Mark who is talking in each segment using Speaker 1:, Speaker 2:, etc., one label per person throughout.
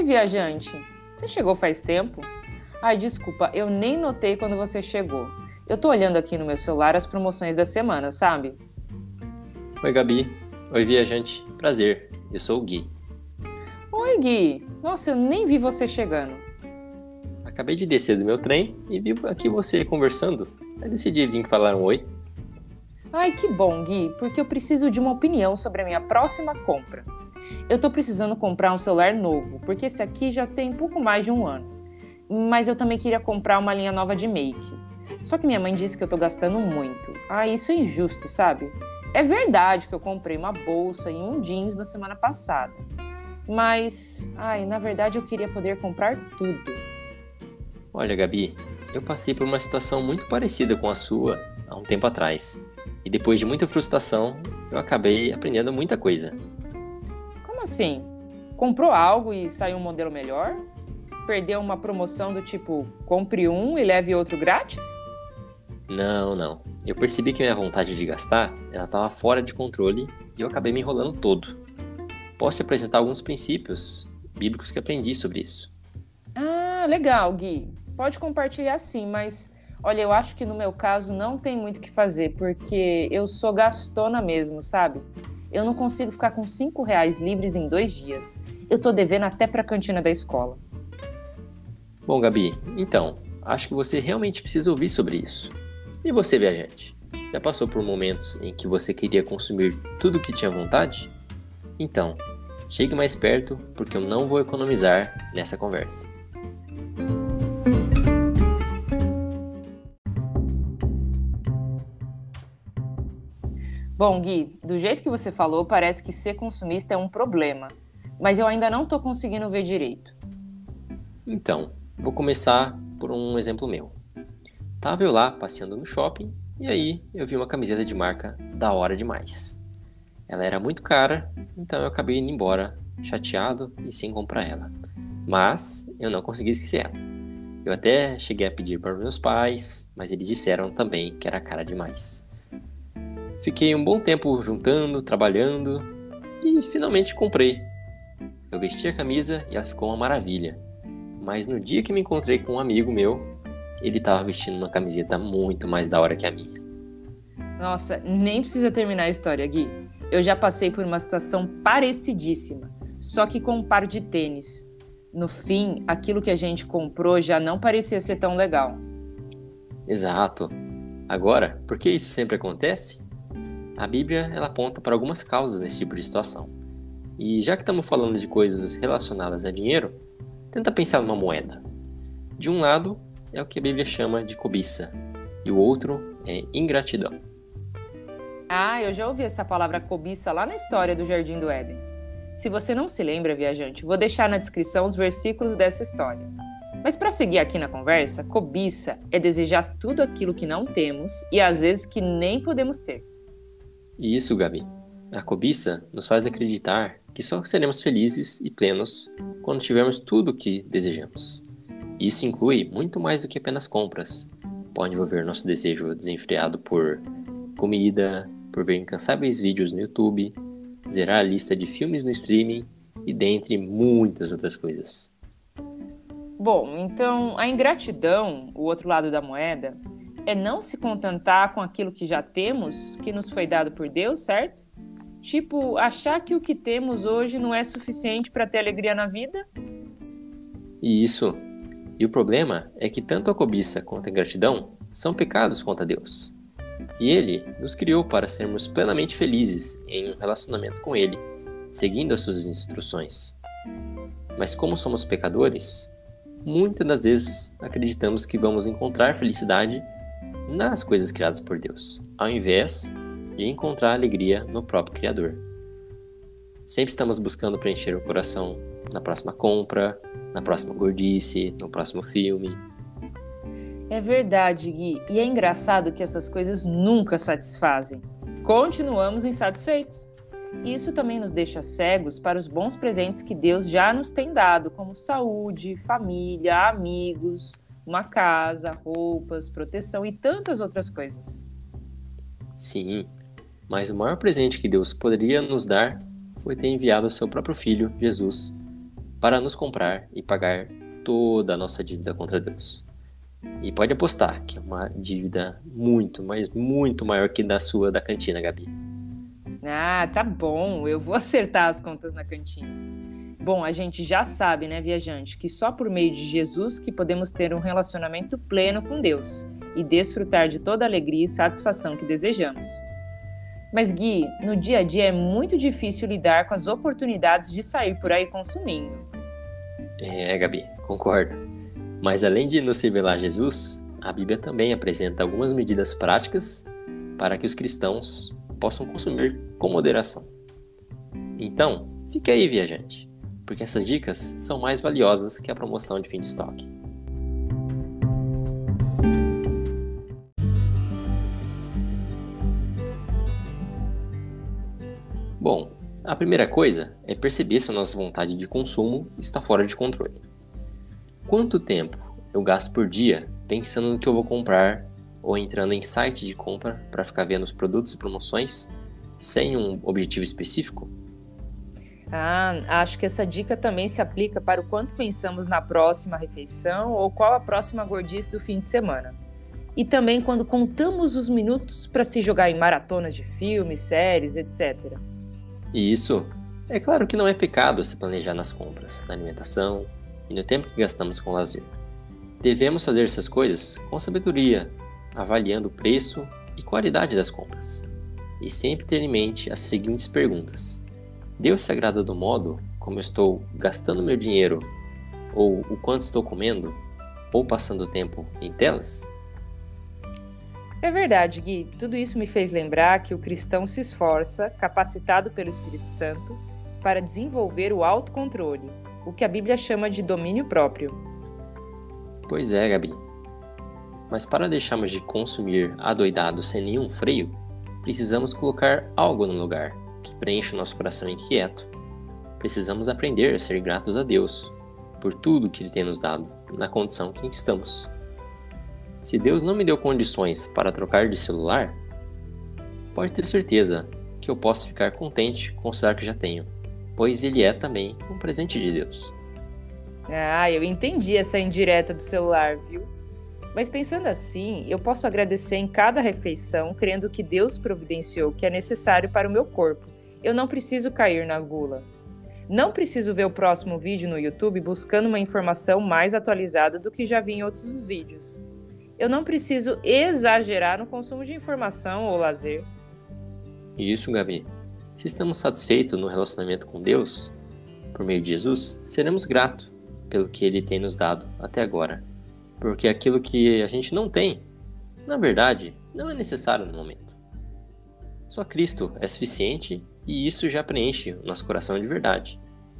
Speaker 1: Oi, viajante. Você chegou faz tempo? Ai, desculpa, eu nem notei quando você chegou. Eu tô olhando aqui no meu celular as promoções da semana, sabe?
Speaker 2: Oi, Gabi. Oi, viajante. Prazer. Eu sou o Gui.
Speaker 1: Oi, Gui. Nossa, eu nem vi você chegando.
Speaker 2: Acabei de descer do meu trem e vi aqui você conversando. Aí decidi vir falar um oi.
Speaker 1: Ai, que bom, Gui, porque eu preciso de uma opinião sobre a minha próxima compra. Eu tô precisando comprar um celular novo, porque esse aqui já tem um pouco mais de um ano. Mas eu também queria comprar uma linha nova de make. Só que minha mãe disse que eu tô gastando muito. Ah, isso é injusto, sabe? É verdade que eu comprei uma bolsa e um jeans na semana passada. Mas, ai, na verdade eu queria poder comprar tudo.
Speaker 2: Olha, Gabi, eu passei por uma situação muito parecida com a sua há um tempo atrás. E depois de muita frustração, eu acabei aprendendo muita coisa.
Speaker 1: Como assim? Comprou algo e saiu um modelo melhor? Perdeu uma promoção do tipo, compre um e leve outro grátis?
Speaker 2: Não, não. Eu percebi que minha vontade de gastar, ela estava fora de controle e eu acabei me enrolando todo. Posso te apresentar alguns princípios bíblicos que aprendi sobre isso.
Speaker 1: Ah, legal, Gui. Pode compartilhar sim, mas olha, eu acho que no meu caso não tem muito o que fazer, porque eu sou gastona mesmo, sabe? Eu não consigo ficar com R$ 5 livres em 2 dias. Eu tô devendo até pra cantina da escola.
Speaker 2: Bom, Gabi, então, acho que você realmente precisa ouvir sobre isso. E você, viajante? Já passou por momentos em que você queria consumir tudo o que tinha vontade? Então, chegue mais perto porque eu não vou economizar nessa conversa.
Speaker 1: Bom, Gui, do jeito que você falou, parece que ser consumista é um problema, mas eu ainda não tô conseguindo ver direito.
Speaker 2: Então, vou começar por um exemplo meu. Tava eu lá passeando no shopping e aí eu vi uma camiseta de marca da hora demais. Ela era muito cara, então eu acabei indo embora, chateado e sem comprar ela. Mas eu não consegui esquecer ela. Eu até cheguei a pedir para meus pais, mas eles disseram também que era cara demais. Fiquei um bom tempo juntando, trabalhando e finalmente comprei. Eu vesti a camisa e ela ficou uma maravilha. Mas no dia que me encontrei com um amigo meu, ele estava vestindo uma camiseta muito mais da hora que a minha.
Speaker 1: Nossa, nem precisa terminar a história, Gui. Eu já passei por uma situação parecidíssima, só que com um par de tênis. No fim, aquilo que a gente comprou já não parecia ser tão legal.
Speaker 2: Exato. Agora, por que isso sempre acontece? A Bíblia ela aponta para algumas causas nesse tipo de situação. E já que estamos falando de coisas relacionadas a dinheiro, tenta pensar numa moeda. De um lado é o que a Bíblia chama de cobiça, e o outro é ingratidão.
Speaker 1: Ah, eu já ouvi essa palavra cobiça lá na história do Jardim do Éden. Se você não se lembra, viajante, vou deixar na descrição os versículos dessa história. Mas para seguir aqui na conversa, cobiça é desejar tudo aquilo que não temos e às vezes que nem podemos ter.
Speaker 2: E isso, Gabi, a cobiça nos faz acreditar que só seremos felizes e plenos quando tivermos tudo o que desejamos. Isso inclui muito mais do que apenas compras. Pode envolver nosso desejo desenfreado por comida, por ver incansáveis vídeos no YouTube, zerar a lista de filmes no streaming e dentre muitas outras coisas.
Speaker 1: Bom, então a ingratidão, o outro lado da moeda, é não se contentar com aquilo que já temos, que nos foi dado por Deus, certo? Tipo, achar que o que temos hoje não é suficiente para ter alegria na vida?
Speaker 2: E isso. E o problema é que tanto a cobiça quanto a ingratidão são pecados contra Deus. E Ele nos criou para sermos plenamente felizes em um relacionamento com Ele, seguindo as suas instruções. Mas como somos pecadores, muitas das vezes acreditamos que vamos encontrar felicidade nas coisas criadas por Deus, ao invés de encontrar alegria no próprio Criador. Sempre estamos buscando preencher o coração na próxima compra, na próxima gordice, no próximo filme.
Speaker 1: É verdade, Gui. E é engraçado que essas coisas nunca satisfazem. Continuamos insatisfeitos. E isso também nos deixa cegos para os bons presentes que Deus já nos tem dado, como saúde, família, amigos, uma casa, roupas, proteção e tantas outras coisas.
Speaker 2: Sim, mas o maior presente que Deus poderia nos dar foi ter enviado o seu próprio Filho, Jesus. para nos comprar e pagar toda a nossa dívida contra Deus. E pode apostar que é uma dívida muito, mas muito maior que da cantina, Gabi.
Speaker 1: Ah, tá bom, eu vou acertar as contas na cantina. Bom, a gente já sabe, né, viajante, que só por meio de Jesus que podemos ter um relacionamento pleno com Deus e desfrutar de toda a alegria e satisfação que desejamos. Mas, Gui, no dia a dia é muito difícil lidar com as oportunidades de sair por aí consumindo.
Speaker 2: Gabi, concordo. Mas além de nos revelar Jesus, a Bíblia também apresenta algumas medidas práticas para que os cristãos possam consumir com moderação. Então, fique aí, viajante, porque essas dicas são mais valiosas que a promoção de fim de estoque. Bom, a primeira coisa é perceber se a nossa vontade de consumo está fora de controle. Quanto tempo eu gasto por dia pensando no que eu vou comprar ou entrando em site de compra para ficar vendo os produtos e promoções sem um objetivo específico?
Speaker 1: Acho que essa dica também se aplica para o quanto pensamos na próxima refeição ou qual a próxima gordice do fim de semana. E também quando contamos os minutos para se jogar em maratonas de filmes, séries, etc.
Speaker 2: E isso, é claro que não é pecado se planejar nas compras, na alimentação e no tempo que gastamos com lazer. Devemos fazer essas coisas com sabedoria, avaliando o preço e qualidade das compras. E sempre ter em mente as seguintes perguntas: Deus se agrada do modo como eu estou gastando meu dinheiro, ou o quanto estou comendo, ou passando tempo em telas?
Speaker 1: É verdade, Gui. Tudo isso me fez lembrar que o cristão se esforça, capacitado pelo Espírito Santo, para desenvolver o autocontrole, o que a Bíblia chama de domínio próprio.
Speaker 2: Pois é, Gabi. Mas para deixarmos de consumir adoidado sem nenhum freio, precisamos colocar algo no lugar que preenche o nosso coração inquieto. Precisamos aprender a ser gratos a Deus por tudo que Ele tem nos dado, na condição que estamos. Se Deus não me deu condições para trocar de celular, pode ter certeza que eu posso ficar contente com o celular que já tenho, pois ele é também um presente de Deus.
Speaker 1: Eu entendi essa indireta do celular, viu? Mas pensando assim, eu posso agradecer em cada refeição, crendo que Deus providenciou o que é necessário para o meu corpo. Eu não preciso cair na gula. Não preciso ver o próximo vídeo no YouTube buscando uma informação mais atualizada do que já vi em outros vídeos. Eu não preciso exagerar no consumo de informação ou lazer.
Speaker 2: Isso, Gabi. Se estamos satisfeitos no relacionamento com Deus, por meio de Jesus, seremos gratos pelo que Ele tem nos dado até agora. Porque aquilo que a gente não tem, na verdade, não é necessário no momento. Só Cristo é suficiente e isso já preenche o nosso coração de verdade.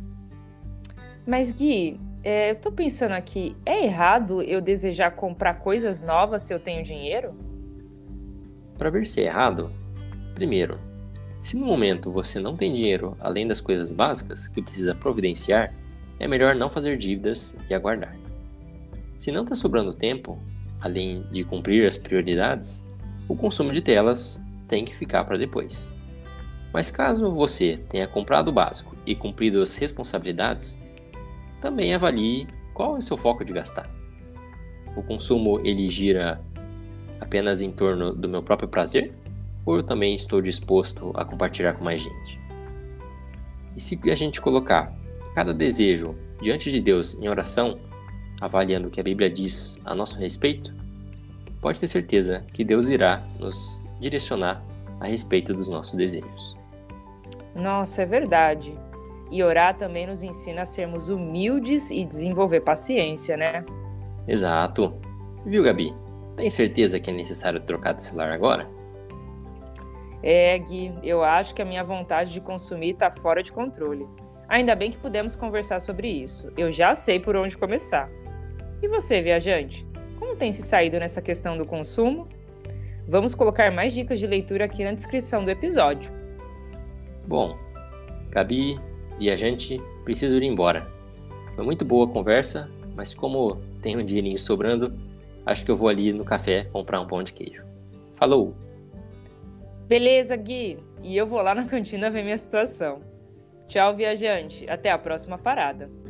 Speaker 1: Mas, Gui, eu tô pensando aqui, é errado eu desejar comprar coisas novas se eu tenho dinheiro?
Speaker 2: Para ver se é errado, primeiro, se no momento você não tem dinheiro além das coisas básicas que precisa providenciar, é melhor não fazer dívidas e aguardar. Se não está sobrando tempo, além de cumprir as prioridades, o consumo de telas tem que ficar para depois. Mas caso você tenha comprado o básico e cumprido as responsabilidades, também avalie qual é o seu foco de gastar. O consumo ele gira apenas em torno do meu próprio prazer? Ou eu também estou disposto a compartilhar com mais gente? E se a gente colocar cada desejo diante de Deus em oração, avaliando o que a Bíblia diz a nosso respeito, pode ter certeza que Deus irá nos direcionar a respeito dos nossos desejos.
Speaker 1: Nossa, é verdade. E orar também nos ensina a sermos humildes e desenvolver paciência, né?
Speaker 2: Exato. Viu, Gabi? Tem certeza que é necessário trocar de celular agora?
Speaker 1: Gui, eu acho que a minha vontade de consumir está fora de controle. Ainda bem que pudemos conversar sobre isso. Eu já sei por onde começar. E você, viajante? Como tem se saído nessa questão do consumo? Vamos colocar mais dicas de leitura aqui na descrição do episódio.
Speaker 2: Bom, Gabi, viajante, preciso ir embora. Foi muito boa a conversa, mas como tem um dinheirinho sobrando, acho que eu vou ali no café comprar um pão de queijo. Falou!
Speaker 1: Beleza, Gui. E eu vou lá na cantina ver minha situação. Tchau, viajante. Até a próxima parada.